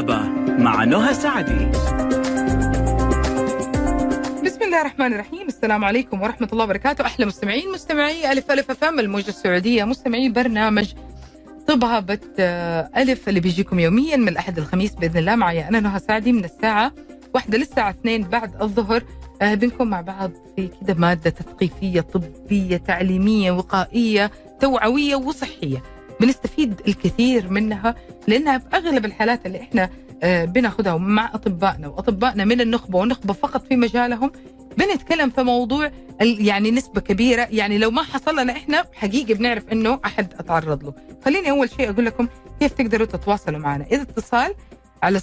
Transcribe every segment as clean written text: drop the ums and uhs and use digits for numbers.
الطبابة مع نهى سعدي. بسم الله الرحمن الرحيم. السلام عليكم ورحمة الله وبركاته. أحلى مستمعي ألف ألف أفهم الموجة السعودية، مستمعي برنامج طبابة ألف اللي بيجيكم يوميا من الأحد للخميس بإذن الله. معي أنا نهى سعدي من الساعة 1 للساعة 2 بعد الظهر. بنكون مع بعض في كده مادة تثقيفية طبية تعليمية وقائية توعوية وصحية، بنستفيد الكثير منها لأنها في أغلب الحالات اللي إحنا بناخدها مع أطبائنا من النخبة والنخبة فقط في مجالهم، بنتكلم في موضوع يعني نسبة كبيرة، يعني لو ما حصل لنا إحنا حقيقي بنعرف إنه أحد أتعرض له. خليني أول شيء أقول لكم كيف تقدروا تتواصلوا معنا. إذا اتصال على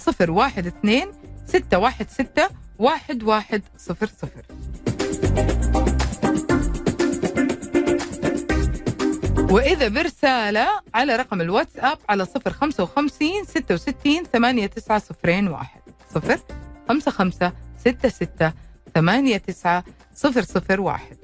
012-616-1100. وإذا برسالة على رقم الواتساب على 055-66-89-001 055-66-89-001.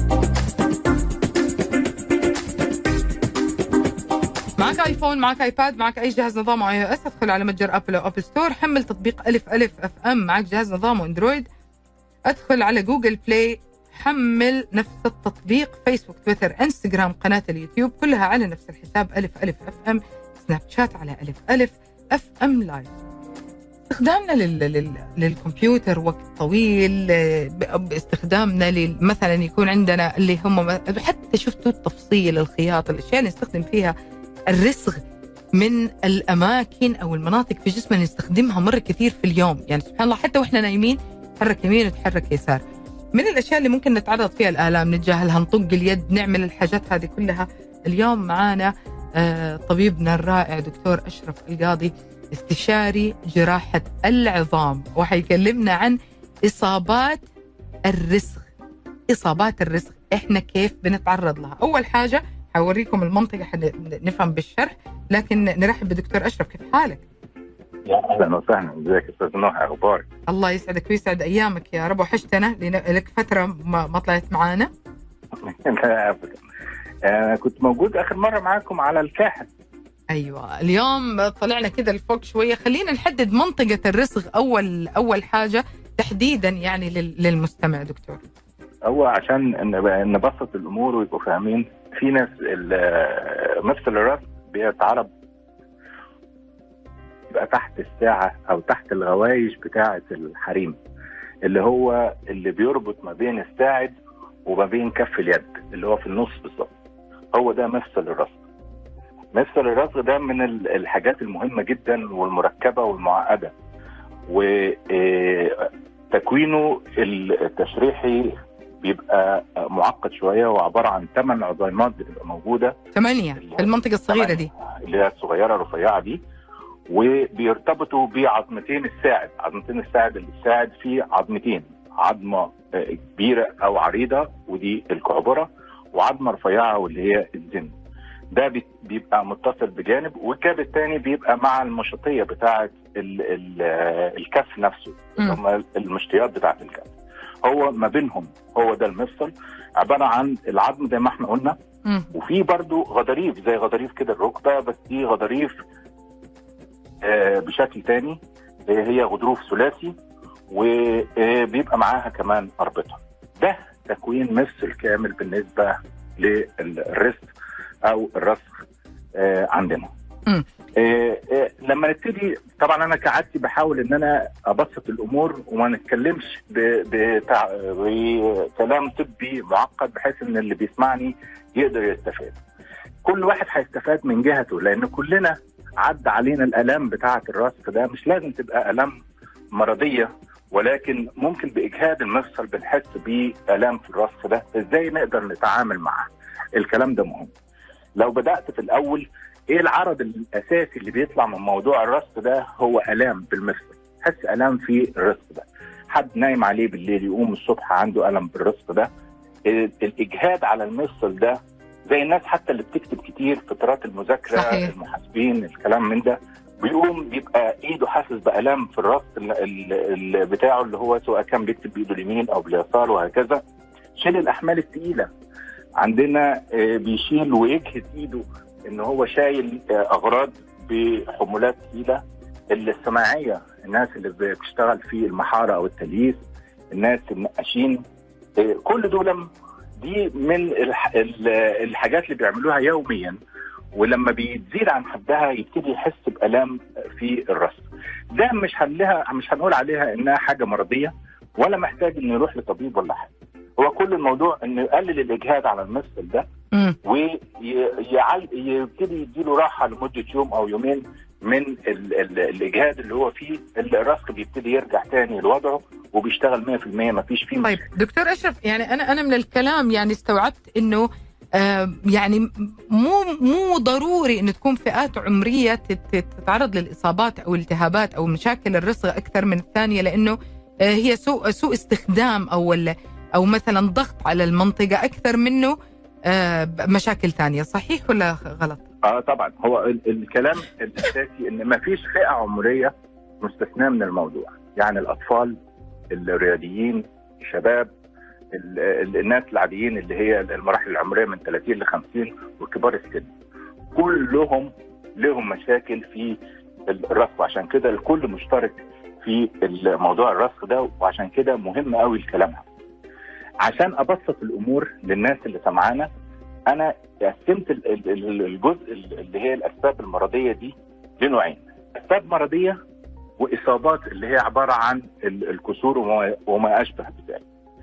معك ايفون، معك ايباد، معك اي جهاز نظام اي او اس، ادخل على متجر ابل او ابل ستور، حمل تطبيق الف الف اف ام. معك جهاز نظام اندرويد، ادخل على جوجل بلاي، حمل نفس التطبيق. فيسبوك، تويتر، انستغرام، قناة اليوتيوب كلها على نفس الحساب ألف ألف أف أم. سناب شات على ألف ألف أف أم لايف. استخدامنا للكمبيوتر وقت طويل، باستخدامنا مثلا يكون عندنا اللي هم حتى شفتوا التفصيل، الخياط، الأشياء اللي نستخدم فيها الرسغ من الأماكن أو المناطق في جسمنا نستخدمها مرة كثير في اليوم. يعني سبحان الله حتى وإحنا نايمين تحرك يمين وتحرك يسار. من الأشياء اللي ممكن نتعرض فيها الآلام، نتجاهلها، نطق اليد، نعمل الحاجات هذه كلها. اليوم معانا طبيبنا الرائع دكتور أشرف القاضي، استشاري جراحة العظام، وحيكلمنا عن إصابات الرسغ. إحنا كيف بنتعرض لها؟ أول حاجة حوريكم المنطقة نفهم بالشرح، لكن نرحب بدكتور أشرف. كيف حالك؟ يا اهلا وسهلا. ازيك استاذ نوح، اخبارك؟ الله يسعدك ويسعد ايامك يا رب. وحشتنا، لك فتره ما طلعت معانا. لا ابدا. كنت موجود اخر مره معاكم على الساحل. ايوه، اليوم طلعنا كده لفوق شويه. خلينا نحدد منطقه الرسغ اول حاجه تحديدا يعني للمستمع دكتور. هو عشان نبسط الامور ويبقوا فاهمين، في ناس مفصل الراس بيتعرض بقى تحت الساعة أو تحت الغوايش بتاعة الحريم، اللي هو اللي بيربط ما بين الساعد وما بين كف اليد، اللي هو في النص بالظبط. هو ده مفصل الرسغ. مفصل الرسغ ده من الحاجات المهمة جدا والمركبة والمعقدة، وتكوينه التشريحي بيبقى معقد شوية، وعبارة عن 8 عظيمات بتبقى موجودة، 8 في المنطقة الصغيرة دي اللي هي الصغيرة الرفيعة دي، وبيرتبطوا بعظمتين الساعد. عظمتين الساعد اللي الساعد فيه عظمتين، عظمة كبيرة أو عريضة ودي الكعبرة، وعظمة رفيعة واللي هي الزن. ده بيبقى متصل بجانب، والجانب الثاني بيبقى مع المشطية بتاعة الكف نفسه، هم المشطيات بتاعة الكف. هو ما بينهم هو ده المفصل، عبارة عن العظم زي ما احنا قلنا، وفي برضو غضاريف زي غضاريف كده الركبة، بس دي غضاريف بشكل تاني، هي غضروف ثلاثي، وبيبقى معاها كمان أربطة. ده تكوين مفصل كامل بالنسبة للرسغ أو الرسغ عندنا. لما نبتدي، طبعا أنا كعادتي بحاول إن أنا أبسط الأمور وما نتكلمش بكلام طبي معقد، بحيث إن اللي بيسمعني يقدر يستفاد. كل واحد هيستفاد من جهته، لأن كلنا عدى علينا الآلام بتاعة الرسغ ده. مش لازم تبقى آلام مرضية، ولكن ممكن بإجهاد المفصل بنحس بآلام في الرسغ ده. إزاي نقدر نتعامل معاه؟ الكلام ده مهم. لو بدأت في الأول، إيه العرض الأساسي اللي بيطلع من موضوع الرسغ ده؟ هو آلام بالمفصل. حس آلام في الرسغ ده، حد نايم عليه بالليل يقوم الصبح عنده ألم بالرسغ ده. الإجهاد على المفصل ده زي الناس حتى اللي بتكتب كتير فترات المذاكرة، صحيح. المحاسبين، الكلام من ده، بيقوم بيبقى ايده حاسس بألام في الرأس بتاعه، اللي هو سواء كان بيكتب بايده اليمين او باليسار وهكذا. شيل الأحمال الثقيلة عندنا، بيشيل ويجهد ايده ان هو شايل اغراض بحمولات ثقيلة. الصناعيه، الناس اللي بتشتغل في المحاره او التلييس، الناس النقاشين، كل دول دي من الحاجات اللي بيعملوها يوميا، ولما بيزيد عن حدها يبتدي يحس بآلام في الراس. ده مش هنقول عليها انها حاجه مرضيه ولا محتاج انه يروح لطبيب ولا حاجه. هو كل الموضوع انه يقلل الاجهاد على المفصل ده ويبتدي يديله راحه لمده يوم او يومين من الاجهاد اللي هو فيه. الرسغ بيبتدي يرجع تاني لوضعه وبيشتغل 100%، ما فيش فيه. طيب دكتور اشرف، يعني انا من الكلام يعني استوعبت انه يعني مو ضروري انه تكون فئات عمريه تتعرض للاصابات او التهابات او مشاكل الرسغ اكثر من الثانيه، لانه هي سوء استخدام او مثلا ضغط على المنطقه اكثر منه مشاكل ثانيه. صحيح ولا غلط؟ طبعا هو الكلام الاساسي ان ما فيش فئه عمريه مستثناه من الموضوع. يعني الاطفال، الرياضيين، الشباب، الناس العاديين اللي هي المراحل العمريه من 30 ل 50 وكبار السن، كلهم لهم مشاكل في الرسغ. عشان كده الكل مشترك في موضوع الرسغ ده، وعشان كده مهم قوي الكلام. عشان ابسط الامور للناس اللي سمعانا، انا قسمت الجزء اللي هي الاسباب المرضيه دي لنوعين: اسباب مرضيه واصابات اللي هي عباره عن الكسور وما اشبه بذلك.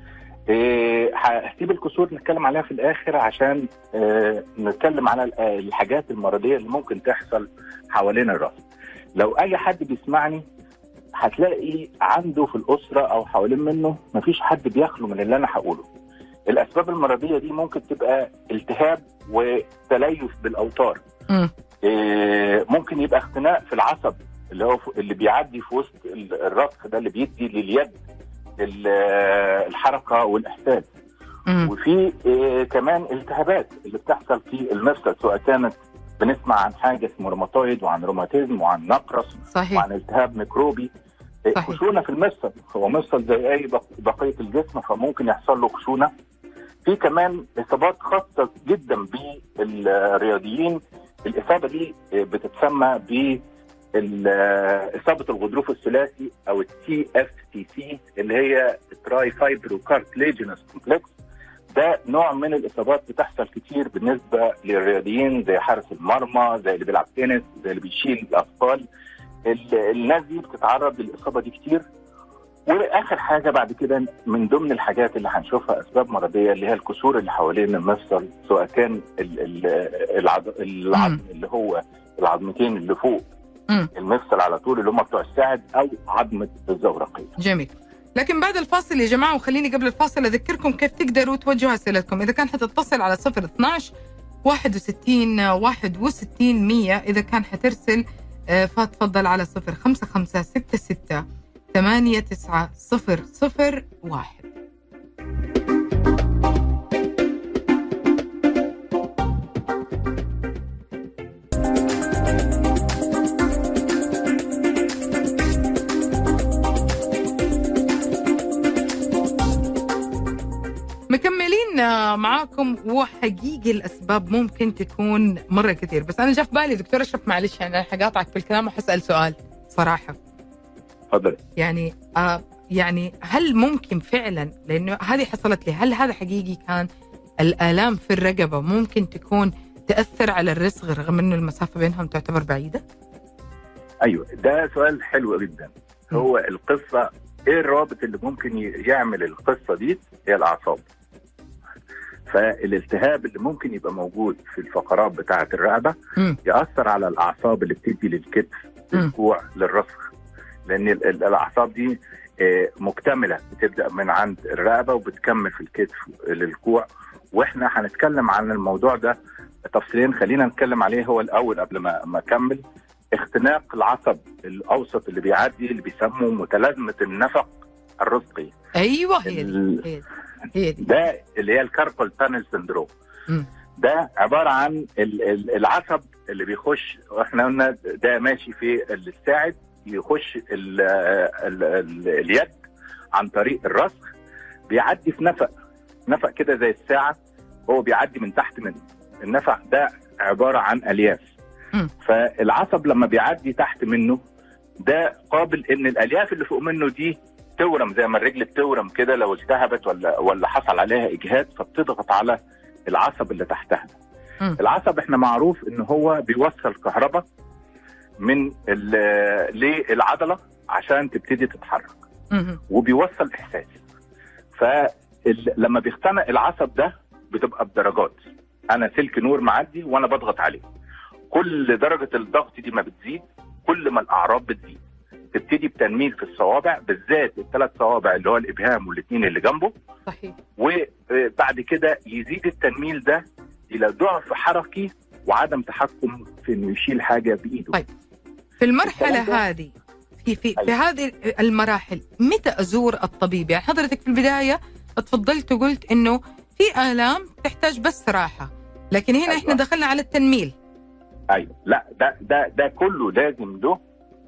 هسيب الكسور نتكلم عليها في الاخر عشان نتكلم على الحاجات المرضيه اللي ممكن تحصل حوالين الراس. لو اي حد بيسمعني هتلاقي عنده في الاسره او حوالين منه مفيش حد بيخلو من اللي انا هقوله. الاسباب المرضيه دي ممكن تبقى التهاب وتليف بالاوتار، ممكن يبقى اختناق في العصب اللي بيعدي في وسط الرسغ ده، اللي بيدي لليد الحركه والاحساس. وفي كمان التهابات اللي بتحصل في المفصل، سواء كانت بنسمع عن حاجه اسمه روماتويد وعن روماتيزم وعن نقرس. صحيح. وعن التهاب ميكروبي. خشونه في المفصل، هو مفصل زي اي بقيه الجسم، فممكن يحصل له خشونه. في كمان اصابات خاصه جدا بالرياضيين، الاصابه دي بتتسمى ب إصابة الغضروف الثلاثي أو TFCC، اللي هي تراي فايبرو كارتليجينس كومبلكس. ده نوع من الإصابات بتحصل كتير بالنسبة للرياضيين، زي حارس المرمى، زي اللي بيلعب تنس، زي اللي بيشيل الأثقال. الناس دي بتتعرض للإصابة دي كتير. وآخر حاجة بعد كده من ضمن الحاجات اللي هنشوفها أسباب مرضية، اللي هي الكسور اللي حوالين المفصل، سواء كان العظم اللي هو العظمتين اللي فوق المفصل على طول، اللي هم بتوع الساعد، او عظمه الزورقيه. جميل. لكن بعد الفاصل يا جماعه، وخليني قبل الفاصل اذكركم كيف تقدروا توجهوا اسئلتكم. اذا كان حتتصل على 012 61 61 100، اذا كان حترسل فتفضل على 055 66 89 001. مكملين معاكم. وحقيقي الأسباب ممكن تكون مرة كثير، بس أنا جاء في بالي دكتور أشرف، معلش يعني حقاطعك في الكلام وحسأل سؤال صراحة. تفضل. يعني هل ممكن فعلا، لأنه هذه حصلت لي، هل هذا حقيقي كان الآلام في الرقبة ممكن تكون تأثر على الرسغ رغم أنه المسافة بينهم تعتبر بعيدة؟ أيوة، ده سؤال حلو جدا. هو القصة ايه الرابط اللي ممكن يعمل القصة دي؟ هي الأعصاب. فالالتهاب اللي ممكن يبقى موجود في الفقرات بتاعة الرقبة يأثر على الأعصاب اللي بتدي للكتف، للكوع، للرسغ. لأن الأعصاب دي مكتملة، بتبدأ من عند الرقبة وبتكمل في الكتف للكوع. وإحنا هنتكلم عن الموضوع ده تفصيلين، خلينا نتكلم عليه هو الأول قبل ما أكمل. اختناق العصب الأوسط اللي بيعدي، اللي بيسموه متلازمة النفق الرزقي. أيوة، هي دي. ده اللي هي الكاربال تانل سندروم. ده عبارة عن العصب اللي بيخش، واحنا قلنا ده ماشي في الساعد، يخش اليد عن طريق الرسغ، بيعدي في نفق كده زي الساعة، هو بيعدي من تحت منه. النفق ده عبارة عن ألياف. فالعصب لما بيعدي تحت منه ده قابل ان الالياف اللي فوق منه دي تورم، زي ما الرجل بتورم كده لو التهبت ولا حصل عليها اجهاد، فبتضغط على العصب اللي تحتها. العصب احنا معروف ان هو بيوصل كهرباء من للعضله عشان تبتدي تتحرك، وبيوصل احساس. فلما بيختنق العصب ده بتبقى بدرجات، انا سلك نور معدي وانا بضغط عليه، كل درجه الضغط دي ما بتزيد كل ما الاعراض بتزيد. تبتدي بتنميل في الصوابع، بالذات ال3 صوابع اللي هو الابهام والاثنين اللي جنبه. صحيح. وبعد كده يزيد التنميل ده الى ضعف حركي وعدم تحكم في انه يشيل حاجه بايده. طيب في المرحله هذه في هذه المراحل متى ازور الطبيب؟ يعني حضرتك في البدايه اتفضلت وقلت انه في آلام تحتاج بس راحه، لكن هنا احنا دخلنا على التنميل. ايوه، لا ده كله لازم له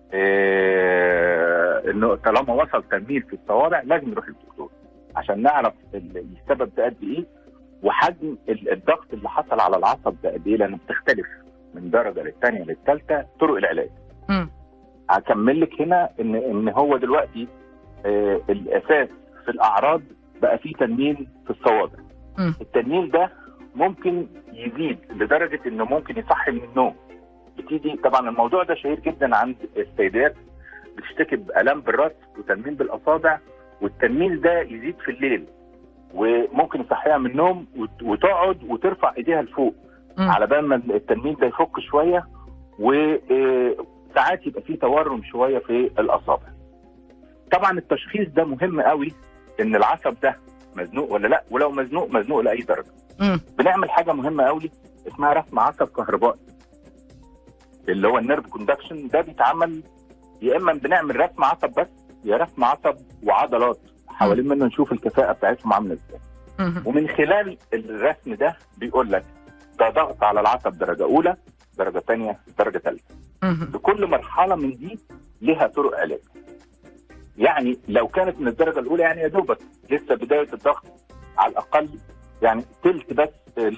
انه طالما وصل تنميل في الصوابع لازم نروح للدكتور عشان نعرف السبب ده قد ايه، وحجم الضغط اللي حصل على العصب ده قد ايه، لانه بتختلف من درجه للثانيه للثالثه طرق العلاج. هكمل لك هنا ان هو دلوقتي الاساس في الاعراض بقى فيه تنميل في الصوابع. التنميل ده ممكن يزيد لدرجه انه ممكن يصحي من النوم. بتيجي طبعا الموضوع ده شهير جدا عند السيدات، بتشتكي بآلام بالراس وتنميل بالاصابع، والتنميل ده يزيد في الليل وممكن يصحيها من النوم وتقعد وترفع ايديها لفوق على بال ما التنميل ده يفك شويه، وساعات يبقى فيه تورم شويه في الاصابع. طبعا التشخيص ده مهم قوي، ان العصب ده مزنوق ولا لا، ولو مزنوق لاي درجه. بنعمل حاجه مهمه قوي اسمها رسم عصب كهربائي اللي هو النيرف كوندكشن. ده بيتعمل يا اما بنعمل رسم عصب بس، يا رسم عصب وعضلات حوالين منه نشوف الكفاءه بتاعتهم عامله ازاي. ومن خلال الرسم ده بيقول لك ده ضغط على العصب درجه اولى، درجه ثانيه، درجه ثالثه. لكل مرحله من دي لها طرق علاج. يعني لو كانت من الدرجه الاولى يعني يا دوبك لسه بدايه الضغط، على الاقل يعني تلت بس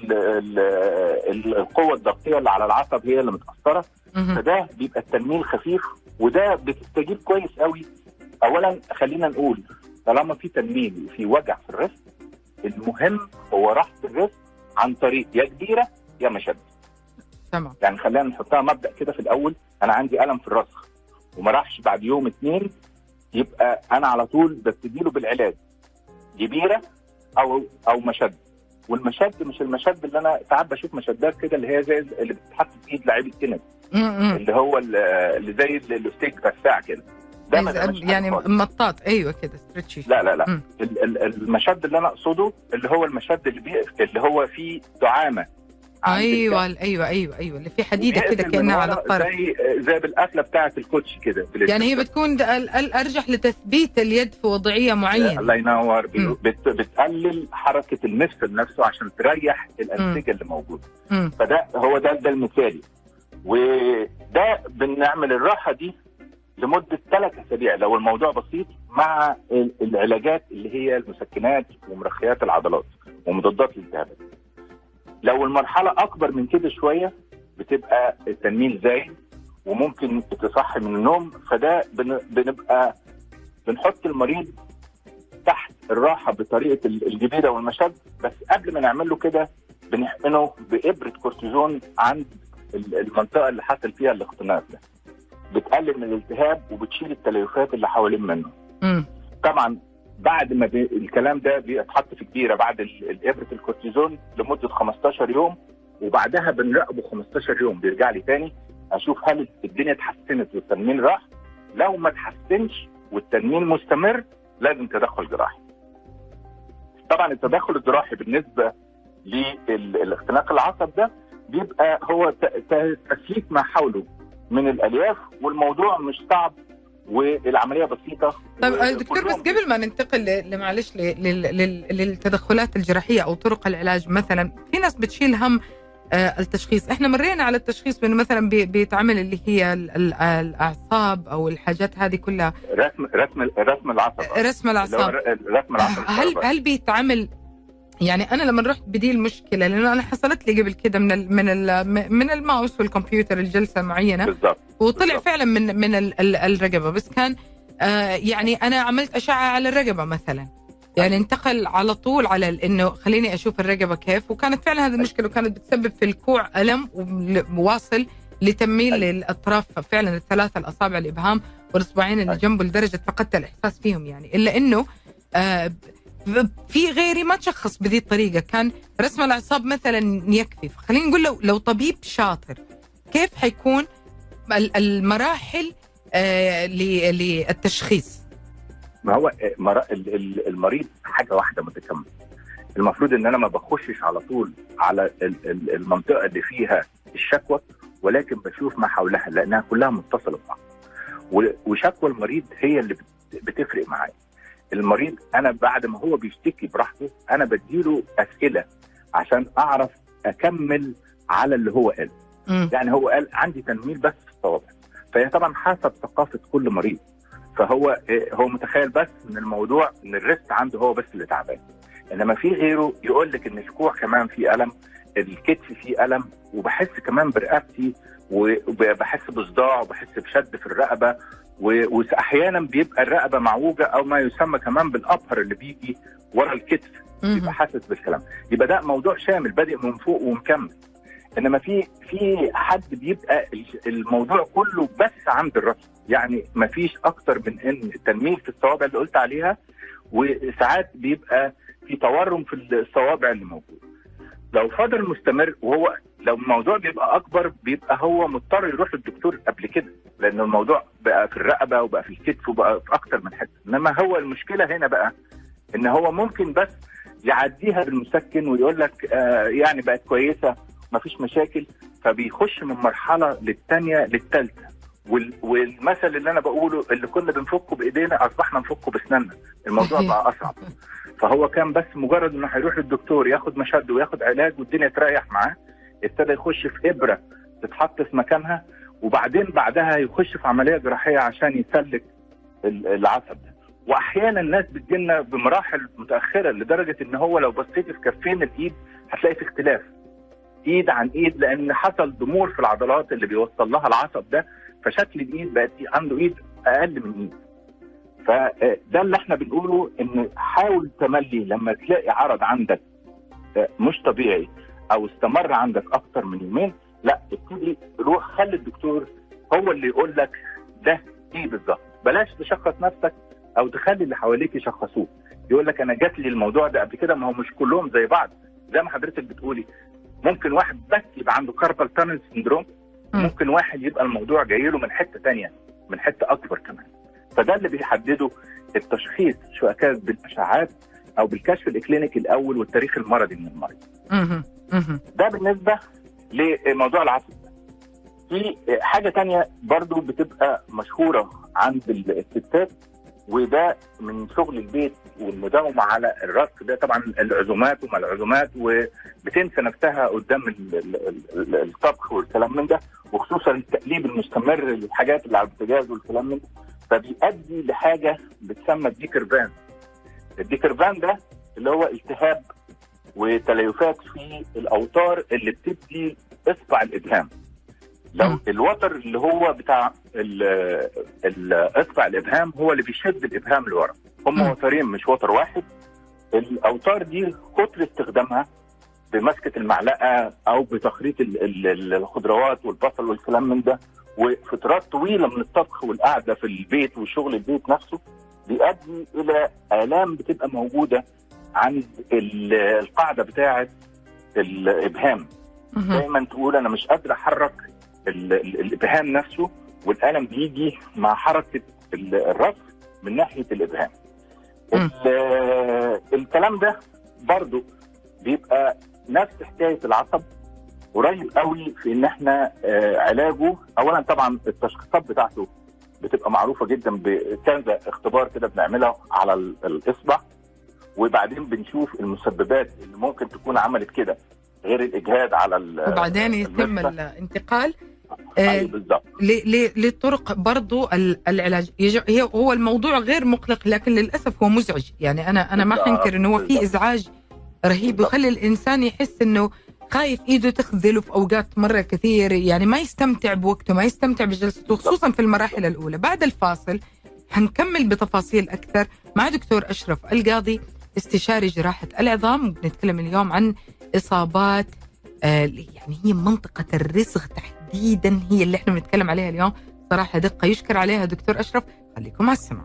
القوه الضغطيه اللي على العصب هي اللي متاثره، فده بيبقى التنميل خفيف وده بتستجيب كويس قوي. اولا خلينا نقول طالما في تنميل وفي وجع في الريست، المهم هو راحه الريست عن طريق يا كبيره يا مشد. تمام. يعني خلينا نحطها مبدا كده في الاول، انا عندي الم في الرسخ وما راحش بعد يوم 2، يبقى انا على طول ببتديله بالعلاج كبيره او مشد. والمشد مش المشد اللي انا ساعات بشوف مشدات كده اللي هي زي اللي بتتحط في ايد لعيب التنس، اللي هو اللي زي الاستيك بتاع الساعه كده، ده يعني مطاط. ايوه كده ستريتشي. لا المشد اللي انا اقصده اللي هو المشد اللي هو فيه دعامه. ايوه اللي فيه حديده كده كانها على الطرف، زي بالقفله بتاعه الكوتشي كده. يعني هي بتكون الارجح لتثبيت اليد في وضعيه معينه. الله ينور. بتقلل حركه المفصل نفسه عشان تريح الانسجه اللي موجوده. فده هو ده المثالي. وده بنعمل الراحه دي لمده 3 أسابيع لو الموضوع بسيط، مع العلاجات اللي هي المسكنات ومرخيات العضلات ومضادات الالتهابات. لو المرحله اكبر من كده شويه بتبقى التنميل زايد وممكن تصحي من النوم، فده بنبقى بنحط المريض تحت الراحه بطريقه الجبيره والمشد. بس قبل ما نعمل له كده بنحقنه بابره كورتيزون عند المنطقه اللي حصل فيها الاختناق ده، بتقلل من الالتهاب وبتشيل التليفات اللي حوالين منه. طبعا بعد ما الكلام ده بيتحط في كبيره بعد الابره الكورتيزون لمده 15 يوم، وبعدها بنراقبه 15 يوم بيرجع لي تاني اشوف هل الدنيا اتحسنت والتنميل راح. لو ما اتحسنش والتنميل مستمر لازم تدخل جراحي. طبعا التدخل الجراحي بالنسبه للاختناق العصب ده بيبقى هو تسليك ما حوله من الالياف، والموضوع مش صعب والعمليه بسيطه. طيب دكتور، بس قبل ما ننتقل معلش للتدخلات الجراحيه او طرق العلاج، مثلا في ناس بتشيل هم التشخيص. احنا مرينا على التشخيص بانه مثلا بيتعمل اللي هي الاعصاب او الحاجات هذه كلها، رسم العصب. رسم العصب. هل بيتعمل يعني انا لما رحت بدي المشكله، لانه انا حصلت لي قبل كده من الماوس والكمبيوتر الجلسه معينه بالضبط وطلع بالضبط. فعلا من الرقبه، بس كان يعني انا عملت اشعه على الرقبه مثلا، يعني انتقل على طول على انه خليني اشوف الرقبه كيف، وكانت فعلا هذه المشكله، وكانت بتسبب في الكوع الم وواصل لتميل للاطراف فعلا الثلاثه، الاصابع الابهام والاصبعين اللي جنبه، لدرجه فقدت الاحساس فيهم يعني. الا انه في غيري ما تشخص بذي الطريقه، كان رسم الاعصاب مثلا يكفي. خلينا نقول لو طبيب شاطر كيف حيكون المراحل للتشخيص؟ ما هو المريض حاجه واحده متكامله. المفروض ان انا ما بخشش على طول على المنطقه اللي فيها الشكوى، ولكن بشوف ما حولها، لانها كلها متصله ببعض. وشكوى المريض هي اللي بتفرق معايا. المريض انا بعد ما هو بيشتكي براحته انا بديله اسئله عشان اعرف اكمل على اللي هو قال. يعني هو قال عندي تنميل بس في الصوابع، فهي طبعا حسب ثقافه كل مريض. فهو متخيل بس ان الموضوع ان الريست عنده هو بس اللي تعبان، انما في غيره يقول لك ان الكوع كمان فيه الم، الكتف فيه الم، وبحس كمان برقبتي، وبحس بصداع، وبحس بشد في الرقبه، واحيانا بيبقى الرقبه معوجه، او ما يسمى كمان بالابهر اللي بيجي ورا الكتف، بيبقى حاسس بالكلام. يبقى ده موضوع شامل بادئ من فوق ومكمل. انما في حد بيبقى الموضوع كله بس عند الراس، يعني ما فيش اكتر من ان التنميل في الصوابع اللي قلت عليها، وساعات بيبقى في تورم في الصوابع اللي موجود. لو فضل مستمر، وهو لو الموضوع بيبقى اكبر بيبقى هو مضطر يروح للدكتور قبل كده، لان الموضوع بقى في الرقبه وبقى في الكتف وبقى في اكتر من حته. انما هو المشكله هنا بقى ان هو ممكن بس يعديها بالمسكن ويقول لك يعني بقت كويسه مفيش مشاكل، فبيخش من مرحله للثانيه للثالثه. والمثل اللي انا بقوله اللي كنا بنفكه بايدينا اصبحنا نفكه باسناننا، الموضوع بقى اصعب. فهو كان بس مجرد انه هيروح للدكتور ياخد مشد وياخد علاج والدنيا تريح معاه، ابتدى يخش في ابره تتحط في مكانها، وبعدين بعدها يخش في عمليه جراحيه عشان يسلك العصب ده. واحيانا الناس بتجيلنا بمراحل متاخره لدرجه ان هو لو بصيت في كفين الايد هتلاقي في اختلاف ايد عن ايد، لان حصل ضمور في العضلات اللي بيوصل لها العصب ده، فشكل الايد بقت عنده ايد اقل من ايد. فده اللي احنا بنقوله، ان حاول تملي لما تلاقي عرض عندك مش طبيعي او استمر عندك اكتر من يومين، لا ابتدي روح خلي الدكتور هو اللي يقول لك ده ايه بالظبط. بلاش تشخص نفسك او تخلي اللي حواليك يشخصوك، يقول لك انا جات لي الموضوع ده قبل كده. ما هو مش كلهم زي بعض، زي ما حضرتك بتقولي. ممكن واحد بس يبقى عنده كاربال تانل سندروم، ممكن واحد يبقى الموضوع جاي له من حته ثانيه، من حته اكبر كمان. فده اللي بيحدده التشخيص، سواء كان بالاشعاعات او بالكشف الاكلينيكي الاول والتاريخ المرضي من المريض. ده بالنسبه لموضوع العصب. في حاجه ثانيه برضو بتبقى مشهوره عند الستات، وده من شغل البيت والمداومه على الرسك ده. طبعا العزومات وما العزومات، وبتنسى نفسها قدام الطبخ والكلام من ده، وخصوصا التقليب المستمر للحاجات اللي على البوتاجاز والكلام من ده، فبيؤدي لحاجه بتسمى الديكرفان. الديكرفان ده اللي هو التهاب وتليفات في الاوتار اللي بتدي اصبع الابهام. لو الوتر اللي هو بتاع اصبع الابهام هو اللي بيشد الابهام لورا، هم وترين مش وتر واحد. الاوتار دي كتر استخدامها بمسكه المعلقه او بتخريط الخضروات والبصل والكلام من ده، وفترات طويله من الطبخ والقعده في البيت وشغل البيت نفسه، بيؤدي الى الام بتبقى موجوده عند القاعده بتاعه الابهام. دايما تقول انا مش قادر احرك الابهام نفسه، والالم بيجي مع حركه الراس من ناحيه الابهام. الكلام ده برضو بيبقى نفس حكايه العصب، قريب قوي في ان احنا علاجه. اولا طبعا التشخيصات بتاعته بتبقى معروفه جدا بكذا اختبار كده بنعملها على الاصبع، وبعدين بنشوف المسببات اللي ممكن تكون عملت كده غير الاجهاد على وبعدين يتم الانتقال بالضبط لطرق برضو العلاج. هو الموضوع غير مقلق، لكن للاسف هو مزعج. يعني انا ما حنكر انه هو في ازعاج رهيب، ويخلي الإنسان يحس إنه خايف إيده تخذله في أوقات مرة كثير، يعني ما يستمتع بوقته، ما يستمتع بجلسته، خصوصا في المراحل الأولى. بعد الفاصل هنكمل بتفاصيل أكثر مع دكتور أشرف القاضي، استشاري جراحة العظام، وبنتكلم اليوم عن إصابات يعني هي منطقة الرسغ تحديدا، هي اللي احنا بنتكلم عليها اليوم. صراحة دقة يشكر عليها دكتور أشرف. خليكم على السمع.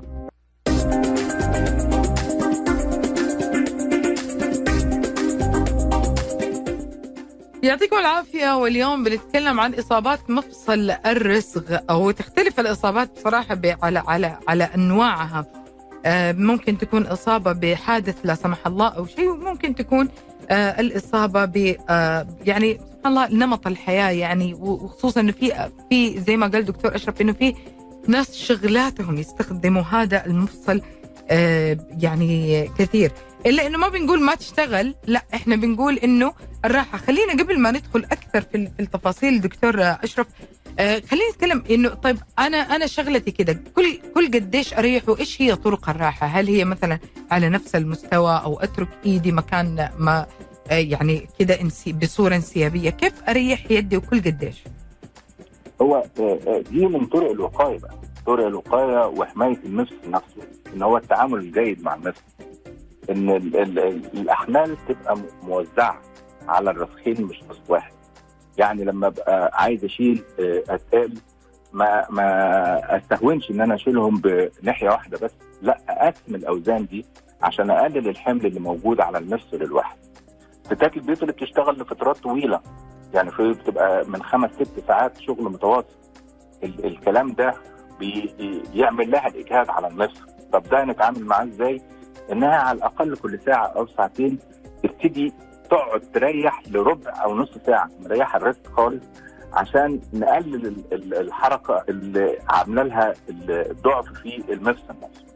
يعطيكم العافية. واليوم بنتكلم عن إصابات مفصل الرسغ، أو تختلف الإصابات بصراحة على أنواعها. ممكن تكون إصابة بحادث لا سمح الله أو شيء، وممكن تكون الإصابة ب يعني سبحان الله نمط الحياة، يعني وخصوصا إنه في زي ما قال دكتور أشرف إنه في ناس شغلاتهم يستخدموا هذا المفصل يعني كثير، إلا إنه ما بنقول ما تشتغل، لا إحنا بنقول إنه الراحة. خلينا قبل ما ندخل أكثر في التفاصيل دكتور أشرف، خلينا نتكلم إنه طيب أنا شغلتي كده كل قديش أريح، وإيش هي طرق الراحة؟ هل هي مثلا على نفس المستوى، أو أترك إيدي مكان ما يعني كده بصورة انسيابية؟ كيف أريح يدي وكل قديش؟ هو دي من طرق الوقاية بقى، طرق الوقاية وحماية المفصل نفسه، إن هو التعامل الجيد مع المفصل، إن الأحمال تبقى موزعة على الرسخين مش رسخ واحد. يعني لما ابقى عايز اشيل اثقال ما استهونش ان انا اشيلهم بناحيه واحده بس، لا اقسم الاوزان دي عشان اقلل الحمل اللي موجود على المفصل الواحد. ستات البيوت اللي بتشتغل لفترات طويله، يعني في بتبقى من 5-6 ساعات شغل متواصل، الكلام ده بيعمل لها الاجهاد على المفصل. طب ده نتعامل معاه ازاي؟ انها على الاقل كل ساعه او ساعتين تبتدي تقعد تريح لربع او نص ساعه، مريحه الريست خالص، عشان نقلل الحركه اللي عامله لها الضعف في المفصل نفسه.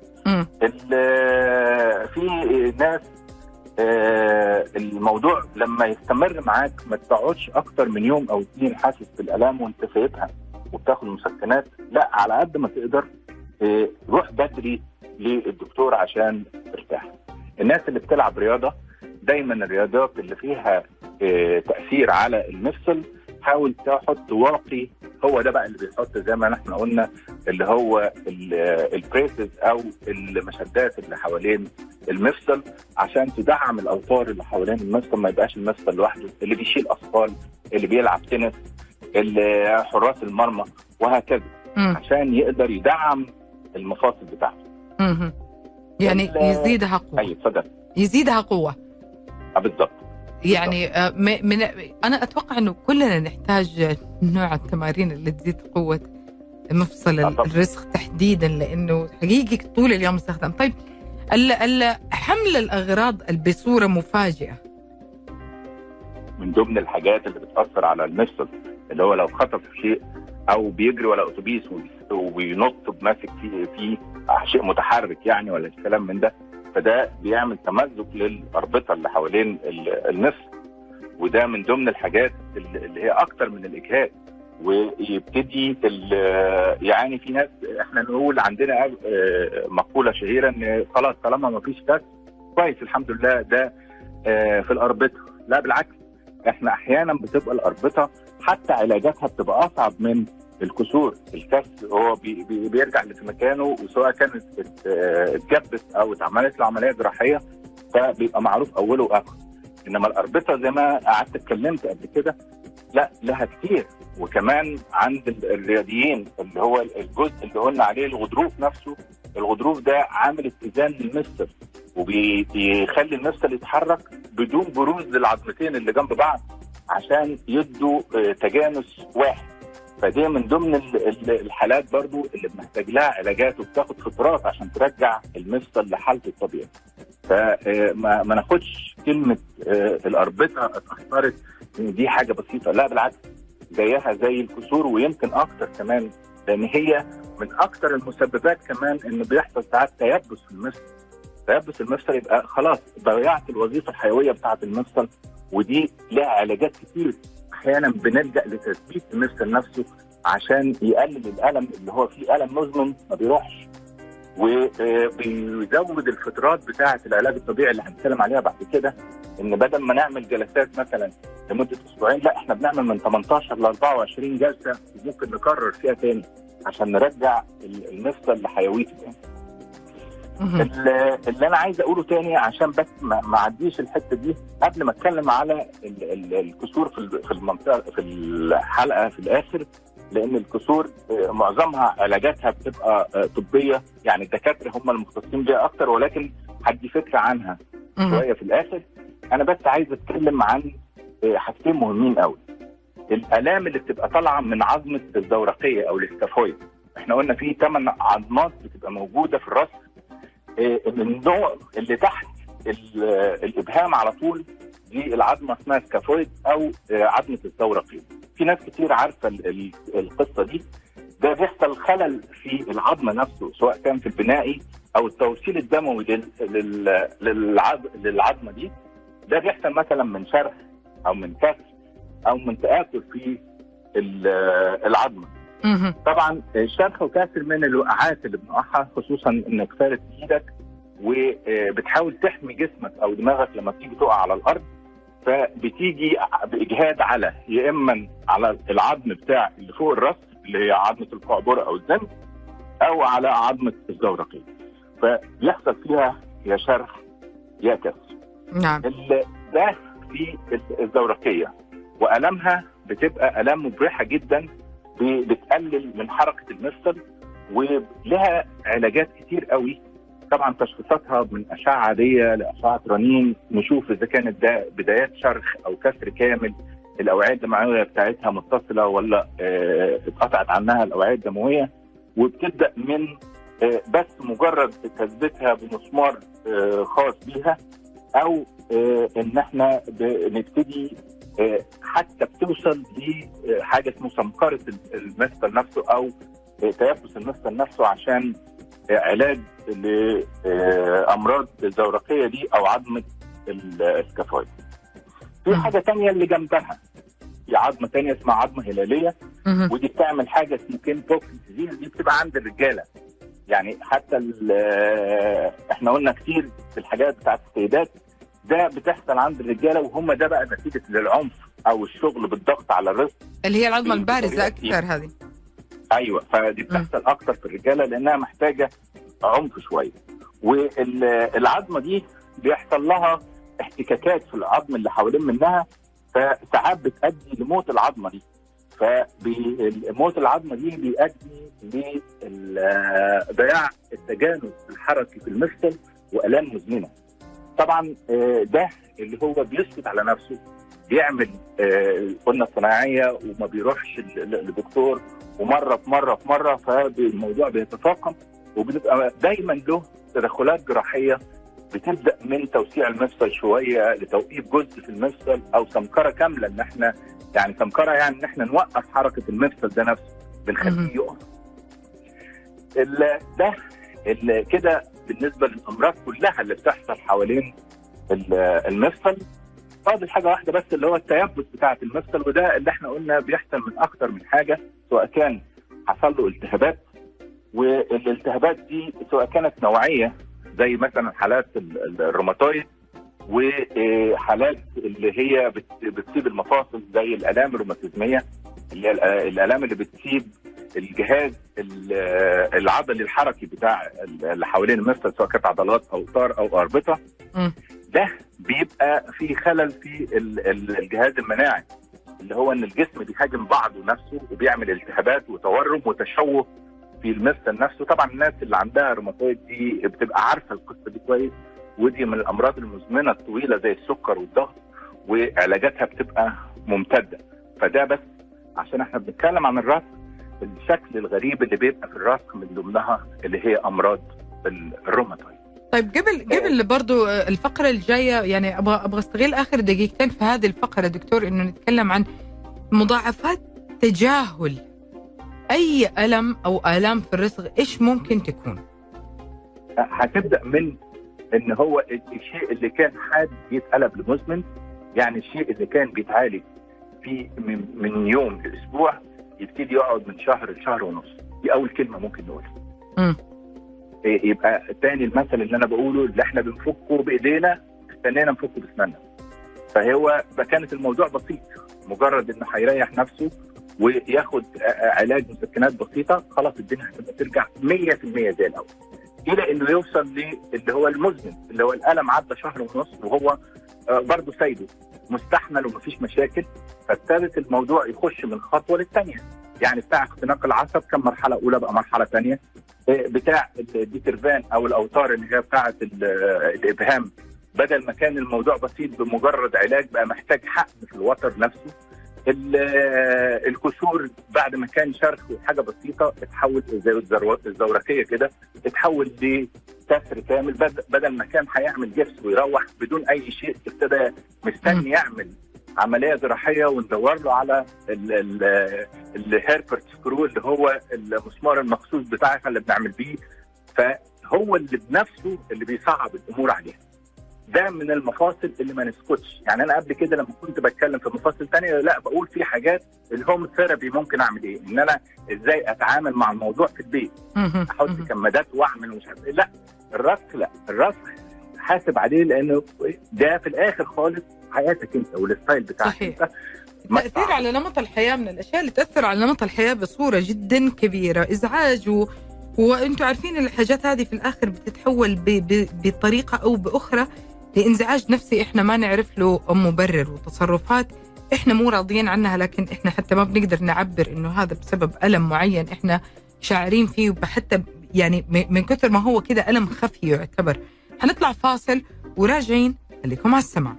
في ناس الموضوع لما يستمر معاك ما تقعدش اكتر من يوم او 2 حاسس بالالام وانت سايبها وبتاخد مسكنات، لا على قد ما تقدر روح بدري للدكتور عشان ترتاح. الناس اللي بتلعب رياضه، دايما الرياضات اللي فيها تأثير على المفصل حاول تحط واقي، هو ده بقى اللي بيحط زي ما احنا قلنا اللي هو البريسز او المشدات اللي حوالين المفصل، عشان تدعم الاوتار اللي حوالين المفصل، ما يبقاش المفصل لوحده. اللي بيشيل اثقال، اللي بيلعب تنس، اللي حراس المرمى وهكذا، عشان يقدر يدعم المفاصل بتاعته. يعني يزيدها قوة. ايوه اتفضل. يزيدها قوة. بالضبط. يعني أنا أتوقع أنه كلنا نحتاج نوع التمارين اللي تزيد قوة مفصل الرسغ تحديدا، لأنه حقيقي طول اليوم نستخدم. طيب حمل الأغراض بصورة مفاجئة من ضمن الحاجات اللي بتأثر على المفصل، اللي هو لو خطف شيء أو بيجري ولا أتوبيس وبينط بماسك فيه شيء متحرك يعني، ولا الكلام من ده، فده بيعمل تمزق للأربطة اللي حوالين المفصل، وده من ضمن الحاجات اللي هي أكتر من الإجهاد. ويبتدي يعني في ناس احنا نقول عندنا مقولة شهيرة ان خلاص طالما ما فيش كسر كويس الحمد لله ده في الأربطة. لا بالعكس، احنا احيانا بتبقى الأربطة حتى علاجاتها بتبقى أصعب من الكسور. الكسر هو بيرجع في مكانه، وسواء كانت اتجبت او اتعملت له عمليه جراحيه فبيبقى معروف اوله واخره. انما الاربطه زي ما قعدت اتكلمت قبل كده لا لها كتير. وكمان عند الرياضيين اللي هو الجزء اللي قلنا عليه الغضروف نفسه، الغضروف ده عامل اتزان للمفصل وبيخلي المفصل يتحرك بدون بروز للعظمتين اللي جنب بعض عشان يدوا تجانس واحد. فدي من ضمن الحالات برضو اللي بنحتاج لها علاجات وبتاخد فترات عشان ترجع المفصل لحالته الطبيعيه. فما ناخدش كلمه الاربطه اتاثرت دي حاجه بسيطه، لا بالعكس زيها زي الكسور ويمكن اكتر كمان، لان هي من اكتر المسببات كمان انه بيحصل ساعات تيبس في المفصل. تيبس المفصل يبقى خلاص ضيعت الوظيفه الحيويه بتاعه المفصل، ودي لها علاجات كتير. احيانا بنلجا لتثبيت المفصل نفسه عشان يقلل الالم اللي هو فيه الم مزمن ما بيروحش. وبيزود الفترات بتاعه العلاج الطبيعي اللي هنتكلم عليها بعد كده، ان بدل ما نعمل جلسات مثلا لمده اسبوعين، لا احنا بنعمل من 18 ل 24 جلسه، وممكن نكرر فيها تاني عشان نرجع المفصل لحيويته تاني. اللي انا عايز اقوله تاني عشان بس ما اعديش الحته دي قبل ما اتكلم على الكسور في المنطقه في الحلقه في الاخر، لان الكسور معظمها علاجاتها بتبقى طبيه، يعني الدكاتره هم المختصين بيها اكتر، ولكن هدي فكره عنها شويه في الاخر. انا بس عايز اتكلم عن حاجتين مهمين قوي. الالام اللي بتبقى طالعه من عظمه الزورقيه او الاسكافويد. احنا قلنا في 8 عظمات بتبقى موجوده في الراس، النوع اللي تحت الابهام على طول دي العظمه اسمها سكافويد او عظمه الزورقيه. في ناس كتير عارفه القصه دي. ده بيحصل خلل في العظمه نفسه، سواء كان في البنائي او التوصيل الدموي للعظمه دي. ده بيحصل مثلا من شرخ او من كسر او من تآكل في العظمه. طبعا الشرخ وكسر من الوقعات اللي بنقعها، خصوصا انك فارد ايدك وبتحاول تحمي جسمك او دماغك لما تيجي تقع على الارض، فبتيجي باجهاد على يا اما على العظم بتاع اللي فوق الراس اللي هي عظمه القعبره او الذنب، او على عظمه الزورقيه، فيحصل فيها يا شرخ يا كسر. نعم. ده في الزورقيه، والامها بتبقى الام مبرحه جدا، بتقلل من حركه المفصل، ولها علاجات كتير قوي. طبعا تشخيصاتها من اشعه عاديه لاشعه رنين، نشوف اذا كانت ده بدايات شرخ او كسر كامل، الاوعيه الدمويه بتاعتها متصله ولا اتقطعت عنها الاوعيه الدمويه، وبتبدا من بس مجرد تثبيتها بمسمار خاص بيها، او ان احنا بنبتدي حتى بتوصل لحاجه اسمه سمكره المفصل نفسه او تيبس المفصل نفسه، عشان علاج لامراض الزورقيه دي او عظمه السكافويد. في حاجه ثانيه اللي جنبها، في عظمه ثانيه اسمها عظمه هلاليه، ودي بتعمل حاجه اسمه كين بوكس ديزيز، دي بتبقى عند الرجاله. يعني حتى احنا قلنا كتير في الحاجات بتاعت السيدات، ده بتحصل عند الرجاله، وهم ده بقى نتيجه للعنف او الشغل بالضغط على الرزق، اللي هي العظمه البارزه اكثر هذه. ايوه، فدي بتحصل اكتر في الرجاله لانها محتاجه عنف شويه. والعظمه دي بيحصل لها احتكاكات في العظم اللي حوالين منها، فساعات بتؤدي لموت العظمه دي. فموت العظمه دي بيؤدي لضياع التجانس الحركي في المفصل والام مزمنه. طبعا ده اللي هو بيسكت على نفسه، بيعمل قلنا صناعيه وما بيروحش لدكتور، ومره في مره، فالموضوع بيتفاقم، وبنبقى دايما له تدخلات جراحيه بتبدا من توسيع المفصل شويه لتوقيف جزء في المفصل، او سمكره كامله، ان احنا يعني سمكره يعني ان احنا نوقف حركه المفصل ده نفسه، بنخليه يقف. ده كده بالنسبه للامراض كلها اللي بتحصل حوالين المفصل. فاضل حاجه واحده بس اللي هو التيبس بتاعه المفصل، وده اللي احنا قلنا بيحصل من اكتر من حاجه، سواء كان حصل له التهابات، والالتهابات دي سواء كانت نوعيه زي مثلا حالات الروماتويد، وحالات اللي هي بتصيب المفاصل زي الالام الروماتيزميه، اللي هي الالام اللي بتصيب الجهاز العضلي الحركي بتاع اللي حوالين المفصل، سواء كانت عضلات او اوتار او اربطه. ده بيبقى في خلل في الجهاز المناعي، اللي هو ان الجسم بيهاجم بعضه نفسه وبيعمل التهابات وتورم وتشوه في المفصل نفسه. طبعا الناس اللي عندها روماتويد دي بتبقى عارفه القصه دي كويس، ودي من الامراض المزمنه الطويله زي السكر والضغط، وعلاجاتها بتبقى ممتده. فده بس عشان احنا بنتكلم عن الرأس، الشكل الغريب اللي بيبقى في الرأس من ضمنها اللي هي امراض الروماتويد. طيب قبل برضو الفقرة الجاية، يعني أبغى استغل آخر دقيقتين في هذه الفقرة دكتور، إنه نتكلم عن مضاعفات تجاهل أي ألم أو آلام في الرسغ، إيش ممكن تكون؟ هتبدأ من إن هو الشيء اللي كان حاد يتقلب لمزمن، يعني الشيء اللي كان بيتعالج في من يوم لأسبوع يبتدي يقعد من شهر لشهر ونص. دي أول كلمة ممكن نقولها. يبقى تاني المثل اللي انا بقوله اللي احنا بنفكه بايدينا استنينا نفكه باسناننا. فهو كانت الموضوع بسيط، مجرد انه هيريح نفسه وياخد علاج مسكنات بسيطه خلاص الدنيا هتبقى ترجع 100% زي الاول، الى انه يوصل اللي هو المزمن اللي هو الالم عدى شهر ونص وهو برضه سايده مستحمل ومفيش مشاكل. فابتدت الموضوع يخش من خطوه للثانيه، يعني بتاع اختناق العصب كان مرحله اولى بقى مرحله ثانيه، بتاع الديترفان او الاوتار اللي هي بتاعه الابهام بدل ما كان الموضوع بسيط بمجرد علاج بقى محتاج حقن في الوتر نفسه. الكسور بعد ما كان شرخ وحاجه بسيطه اتحول زي الزورقيه كده، اتحول لكسر كامل. بدل ما كان هيعمل جبس ويروح بدون اي شيء، ابتدى مستني يعمل عمليه جراحيه وندور له على الهيربرت سكرو اللي هو المسمار المخصوص بتاعها اللي بنعمل بيه. فهو اللي بنفسه اللي بيصعب الامور عليها. ده من المفاصل اللي ما نسكتش، يعني انا قبل كده لما كنت بتكلم في مفاصل ثانيه لا بقول في حاجات الهوم ثيرابي ممكن اعمل ايه، ان انا ازاي اتعامل مع الموضوع في البيت، احط كمادات واعمل ومش عارف ايه. لا الرسخ، لا الرسخ حاسب عليه، لانه ده في الاخر خالص حياتك انت والستايل بتاعك. صحيح. انت التأثير على نمط الحياة من الأشياء اللي تأثر على نمط الحياة بصورة جدا كبيرة. إزعاج وأنتوا عارفين الحاجات هذه في الآخر بتتحول بطريقة أو بأخرى لإنزعاج نفسي إحنا ما نعرف له مبرر، وتصرفات إحنا مو راضيين عنها لكن إحنا حتى ما بنقدر نعبر إنه هذا بسبب ألم معين إحنا شاعرين فيه، حتى يعني من كثر ما هو كده ألم خفي يعتبر. هنطلع فاصل وراجعين، خليكم على السمع.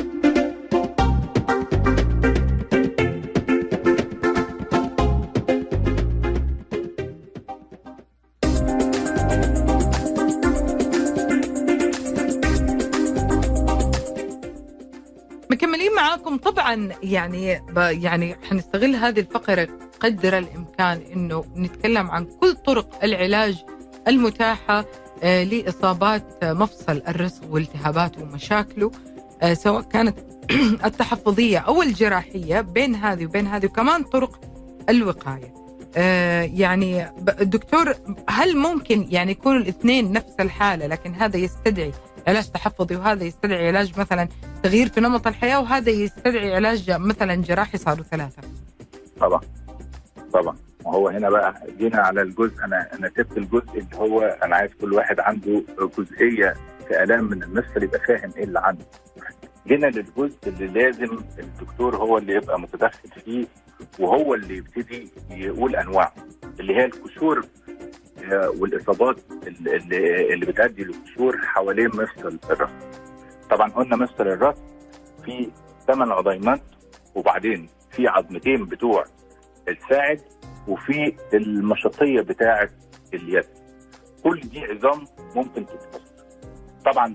مكملين معاكم طبعا. يعني حنستغل هذه الفقرة قدر الإمكان إنه نتكلم عن كل طرق العلاج المتاحة لإصابات مفصل الرسغ والتهاباته ومشاكله، سواء كانت التحفظية أو الجراحية، بين هذه وبين هذه، وكمان طرق الوقاية. يعني الدكتور، هل ممكن يعني يكون الاثنين نفس الحالة لكن هذا يستدعي علاج تحفظي وهذا يستدعي علاج مثلا تغيير في نمط الحياة وهذا يستدعي علاج مثلا جراحي صاروا ثلاثة؟ طبعا وهو هنا بقى جينا على الجزء، انا سبت الجزء اللي هو انا عايز كل واحد عنده جزئية في آلام من المفصل يبقى فاهم ايه اللي عنده. جينا للجزء اللي لازم الدكتور هو اللي يبقى متدخل فيه وهو اللي يبتدي يقول انواعه، اللي هي الكسور والاصابات اللي بتؤدي للكسور حوالين مفصل الراس. طبعا قلنا مفصل الراس في 8 عظيمات، وبعدين في عظمتين بتوع الساعد، وفي المشطيه بتاعه اليد. كل دي عظام ممكن تتكسر. طبعا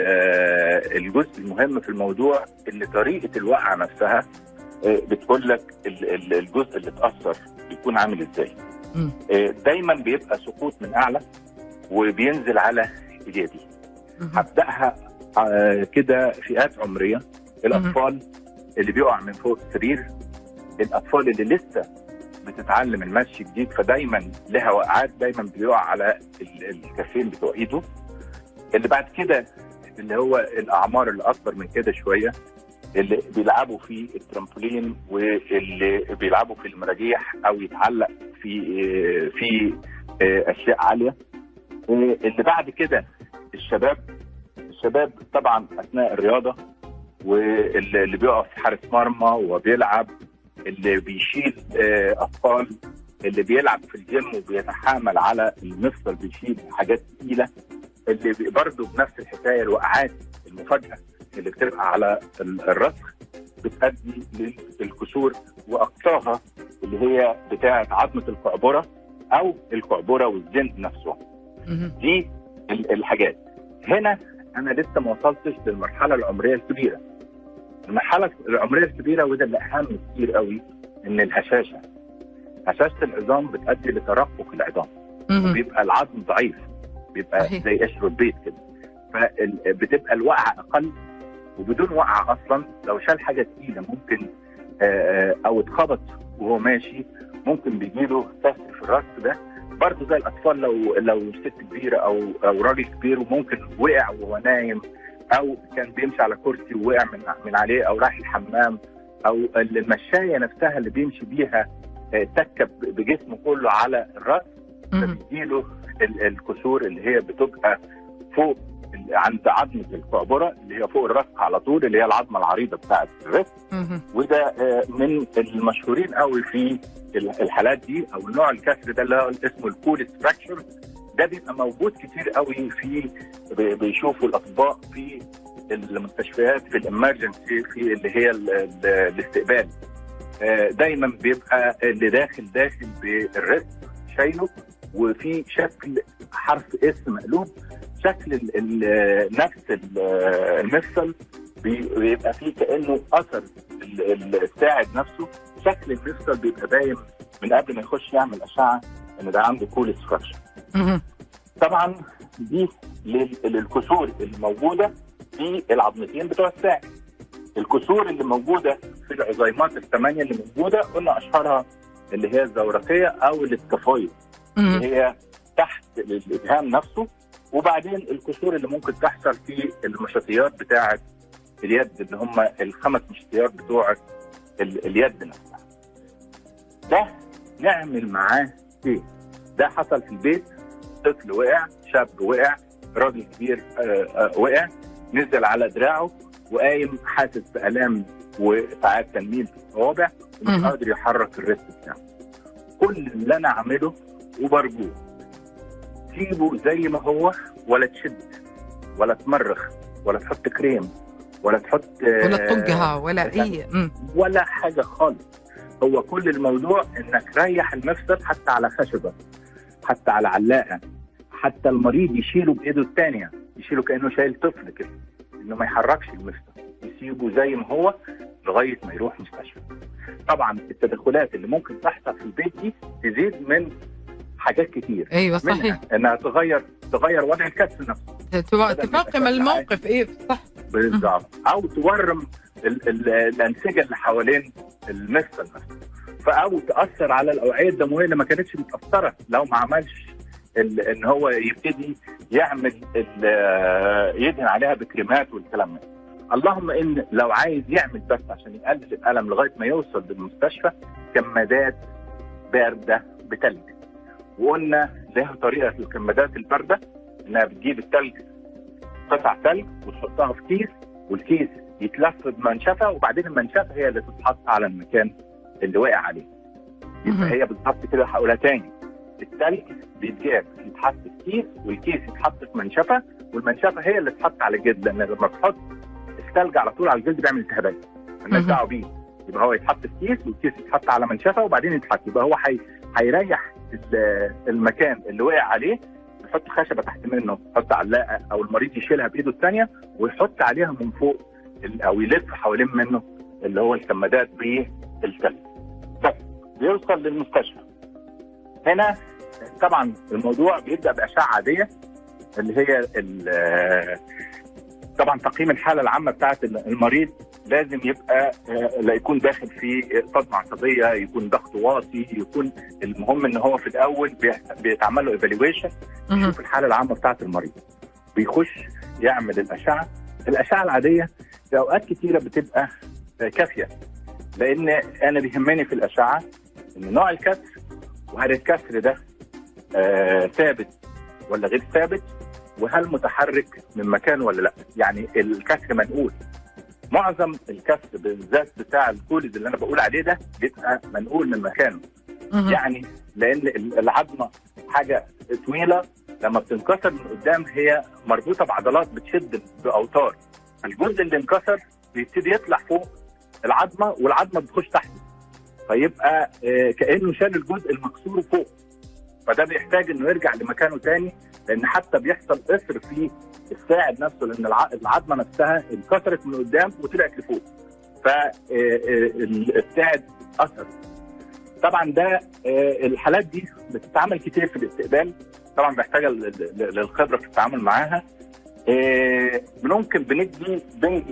الجزء المهم في الموضوع ان طريقه الوقعه نفسها بتقول لك الجزء اللي اتاثر بيكون عامل ازاي. دايما بيبقى سقوط من اعلى وبينزل على اليدي. هبداها كده فئات عمريه، الاطفال اللي بيقع من فوق السرير، الاطفال اللي لسه بتتعلم المشي جديد فدايما لها وقعات، دايما بيقع على الكفين بتوع ايده. اللي بعد كده اللي هو الاعمار اللي اكبر من كده شويه، اللي بيلعبوا في الترامبولين واللي بيلعبوا في المراجيح او يتعلق في اشياء عاليه. اللي بعد كده الشباب طبعا اثناء الرياضه، واللي بيقف حارس مرمى وبيلعب، اللي بيشيل اطفال، اللي بيلعب في الجيم وبيتحامل على المفصل بيشيل حاجات ثقيله، اللي برضه بنفس الحكايه الوقعات المفاجئه اللي بتبقى على الرسغ بتؤدي للكسور، واقصاها اللي هي بتاعه عظمه القعبره او القعبره والزند نفسه. دي الحاجات. هنا انا لسه ما وصلتش للمرحله العمريه الكبيره. المرحله العمريه الكبيره وده اللي اهم كتير قوي، ان هشاشه العظام بتؤدي لترقق العظام، وبيبقى العظم ضعيف، بيبقى زي قشر البيت كده، فبتبقى الوقعه اقل. وبدون وقعه اصلا لو شال حاجه تقيله ممكن او اتخبط وهو ماشي ممكن بيجيله كسر في الراس ده، برضه زي الاطفال، لو ست كبيره او راجل كبير وممكن وقع وهو نايم، او كان بيمشي على كرسي ووقع من عليه، او راح الحمام، او المشايه نفسها اللي بيمشي بيها تكب بجسمه كله على الراس، فبيجيله الكسور اللي هي بتبقى فوق عند عظمه القعبره اللي هي فوق الرأس على طول، اللي هي العظمه العريضه بتاعت الرأس. وده من المشهورين قوي في الحالات دي، او نوع الكسر ده اللي هو اسمه الكوليس فراكشر. ده بيبقى موجود كتير قوي بيشوفوا الاطباء في المستشفيات في الامرجنسي، في اللي هي الاستقبال. دايما بيبقى اللي داخل بالرأس شايله، وفي شكل حرف اس مقلوب، شكل نفس المفصل بيبقى فيه كأنه أثر الساعد نفسه، شكل المفصل بيبقى باين من قبل ما يخش يعمل أشعة إن ده عنده كوليس فراكشر. طبعا دي للكسور اللي موجودة في العظمتين بتوع الساعد. الكسور اللي موجودة في العظيمات الثمانية اللي موجودة قلنا أشهرها اللي هي الزورقية أو الاسكافويد اللي هي تحت الإبهام نفسه، وبعدين الكسور اللي ممكن تحصل في المشاطيات بتاعة اليد اللي هم الخمس مشاطيات بتوع اليد نفسها. ده نعمل معاه ايه؟ ده حصل في البيت، طفل وقع، شاب وقع، راجل كبير وقع، نزل على دراعه وقايم حاسس بآلام وساعات تنميل في الصوابع ومش قادر يحرك الريست بتاعه. كل اللي انا اعمله وبرجوه سيبه زي ما هو، ولا تشد ولا تمرخ ولا تحط كريم ولا تحط ولا تطقها ولا اي ولا حاجه خالص. هو كل الموضوع انك ريح المفصل، حتى على خشبه، حتى على علاقه، حتى المريض يشيله بايده الثانيه، يشيله كانه شايل طفل كده، انه ما يحركش المفصل، يسيبه زي ما هو لغايه ما يروح مستشفى. طبعا التدخلات اللي ممكن تحصل في البيت دي تزيد من حاجات كتير. ايوه صحيح، انها تغير وضع الكسر نفسه، تفاقم الموقف. ايه صح بالظبط، او تورم الانسجه اللي حوالين المفصل نفسه، او تاثر على الاوعيه الدمويه اللي ما كانتش متاثره لو ما عملش ان هو يبتدي يعمل يدهن عليها بكريمات والكلام ده. اللهم ان لو عايز يعمل بس عشان يقلل الالم لغايه ما يوصل للمستشفى، كمادات بارده بتلج. وقلنا لها طريقه في الكمادات البارده انها بتجيب التلج، قطع تلج، وتحطها في كيس، والكيس يتلف بمنشفه، وبعدين المنشفه هي اللي تتحط على المكان اللي واقع عليه. يبقى هي بالظبط كده. هقولها تاني، التلج بيتجاب يتحط في كيس، والكيس يتحط في منشفه، والمنشفه هي اللي تتحط على الجلد، لان لما تحط التلج على طول على الجلد بيعمل التهابات، مالناش دعوه بيه. يبقى هو يتحط في كيس، والكيس يتحط على منشفه، وبعدين يتحط. يبقى هو هيريح المكان اللي وقع عليه، يحط خشبه تحت منه، يحط علاقه، او المريض يشيلها بايده الثانيه ويحط عليها من فوق، او يلف حوالين منه اللي هو الكمادات بالتلج. بس بيوصل للمستشفى. هنا طبعا الموضوع بيبدا باشعه عاديه اللي هي طبعا تقييم الحاله العامه بتاعت المريض لازم يبقى لا يكون داخل في صدمه عصبيه، يكون ضغط واطي، يكون المهم ان هو في الاول بيتعمل له ايفالويشن، يشوف الحاله العامه بتاعت المريض، بيخش يعمل الاشعه العاديه. في اوقات كتيره بتبقى كافيه، لان انا بيهمني في الاشعه ان نوع الكسر، وهل الكسر ده ثابت ولا غير ثابت، وهل متحرك من مكانه ولا لا. يعني الكسر منقول. معظم الكسر بالذات بتاع الكوليز اللي انا بقول عليه ده بيبقى منقول من مكانه. يعني لان العظمه حاجه طويله، لما بتنكسر من قدام هي مربوطه بعضلات بتشد باوتار، الجزء اللي انكسر بيبتدي يطلع فوق العظمه، والعظمه بتخش تحت، فيبقى كانه شال الجزء المكسور فوق، فده بيحتاج انه يرجع لمكانه تاني، لان حتى بيحصل اثر في الساعد نفسه، لان العظمه نفسها انكسرت من قدام وطلعت لفوق، فالساعد اثر. طبعا ده الحالات دي بتتعمل كتير في الاستقبال، طبعا محتاجه للخبره في التعامل معاها. ممكن بندي بنج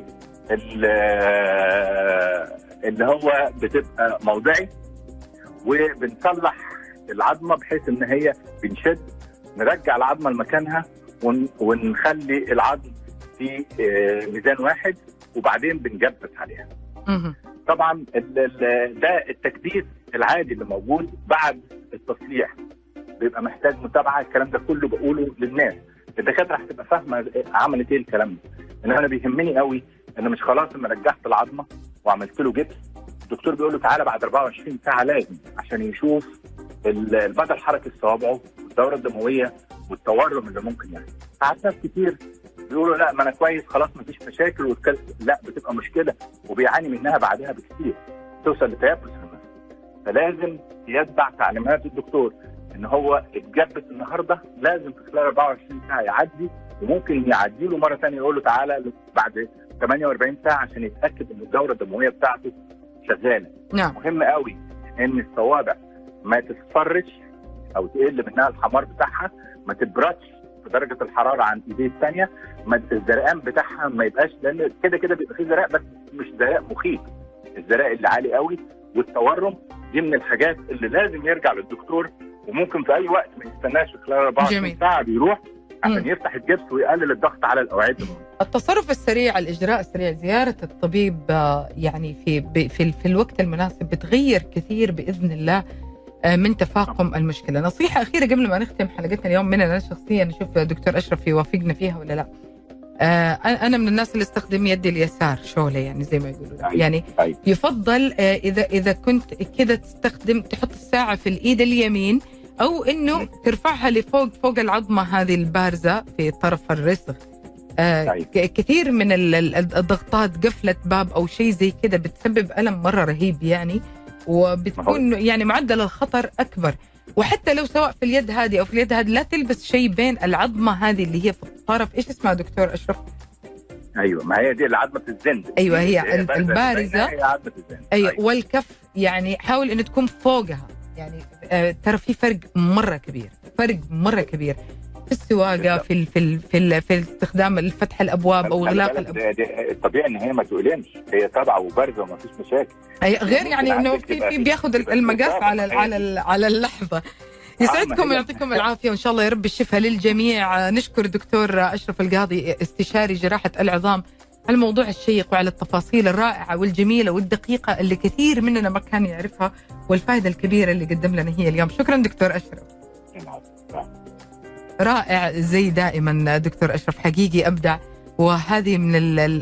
اللي هو بتبقى موضعي، وبنصلح العظمه بحيث ان هي بنشد نرجع العظمه لمكانها ونخلي العظم في ميزان واحد وبعدين بنجبس عليها. طبعا ده التكبيس العادي اللي موجود بعد التصليح بيبقى محتاج متابعه. الكلام ده كله بقوله للناس، الدكاتره هتبقى فاهمه عملت ايه الكلام ده. ان انا بيهمني قوي ان مش خلاص لما رجعت العظمه وعملت له جبس الدكتور بيقول له تعالى بعد 24 ساعه لازم عشان يشوف بدل حركه صوابعه والدوره الدمويه والتورم اللي ممكن يعني. ساعات ناس كتير بيقولوا لا ما انا كويس خلاص ما فيش مشاكل لا، بتبقى مشكله وبيعاني منها بعدها بكتير، توصل لتيبس في النفس. فلازم يتبع تعليمات الدكتور ان هو اتجبس النهارده لازم في خلال 24 ساعه يعدي، وممكن يعدي له مره ثانيه يقول له تعالى بعد 48 ساعه عشان يتاكد ان الدوره الدمويه بتاعته شغاله. نعم. مهم قوي ان الصوابع ما تصفرش او تقل منها الحمار بتاعها، ما تبردش في درجه الحراره عن ايديه الثانيه، الزرقان بتاعها ما يبقاش، لان كده كده بيبقى فيه زرق بس مش زرق مخيف، الزرق اللي عالي قوي والتورم دي من الحاجات اللي لازم يرجع للدكتور، وممكن في اي وقت ما يستناش في خلال 24 ساعه بيروح عشان يفتح الجبس ويقلل الضغط على الاوعيه الدمويه. التصرف السريع، الاجراء السريع، زياره الطبيب يعني في الوقت المناسب بتغير كثير باذن الله من تفاقم المشكله. نصيحه اخيره قبل ما نختم حلقتنا اليوم مننا انا شخصيا، نشوف دكتور اشرف يوافقنا فيها ولا لا. انا من الناس اللي استخدم يدي اليسار شوله، يعني زي ما يقولوا يعني يفضل اذا كنت كذا تحط الساعه في الايد اليمين، او انه ترفعها فوق العظمه هذه البارزه في طرف الرسغ. كثير من الضغطات، قفله باب او شيء زي كذا بتسبب الم مره رهيب يعني، وبتكون يعني معدل الخطر اكبر. وحتى لو سواء في اليد هذه او في اليد هذه لا تلبس شيء بين العظمه هذه اللي هي في الطرف. ايش اسمها دكتور اشرف؟ ايوه، ما هي دي عظمه الزند. ايوه هي البارزه، هي عظمه الزند. ايوه والكف يعني حاول ان تكون فوقها، يعني ترى في فرق مره كبير في السواقه، في استخدام فتح الابواب او اغلاق الابواب. الطبيعي ان هي ما تؤلمش، هي طبعا وبارزه وما فيش مشاكل. غير يعني انه في بياخذ المقاس على اللحظه. يسعدكم ويعطيكم العافيه وان شاء الله يا رب الشفاء للجميع. نشكر دكتور اشرف القاضي استشاري جراحه العظام على الموضوع الشيق وعلى التفاصيل الرائعه والجميله والدقيقه اللي كثير مننا ما كان يعرفها، والفائده الكبيره اللي قدم لنا هي اليوم. شكرا دكتور اشرف. رائع زي دائما دكتور أشرف، حقيقي أبدع. وهذه من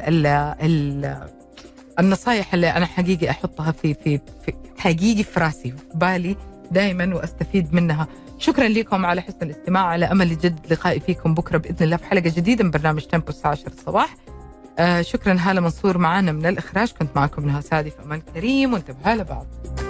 النصائح اللي أنا حقيقي أحطها في حقيقي في راسي في بالي دائما وأستفيد منها. شكرا لكم على حسن الاستماع، على أمل جد لقائي فيكم بكرة بإذن الله في حلقة جديدة من برنامج تيمبو الساعة 10 الصباح. شكرا هالة منصور معنا من الإخراج، كنت معكم نهى سعدي، في أمان كريم وانتبهوا لبعض.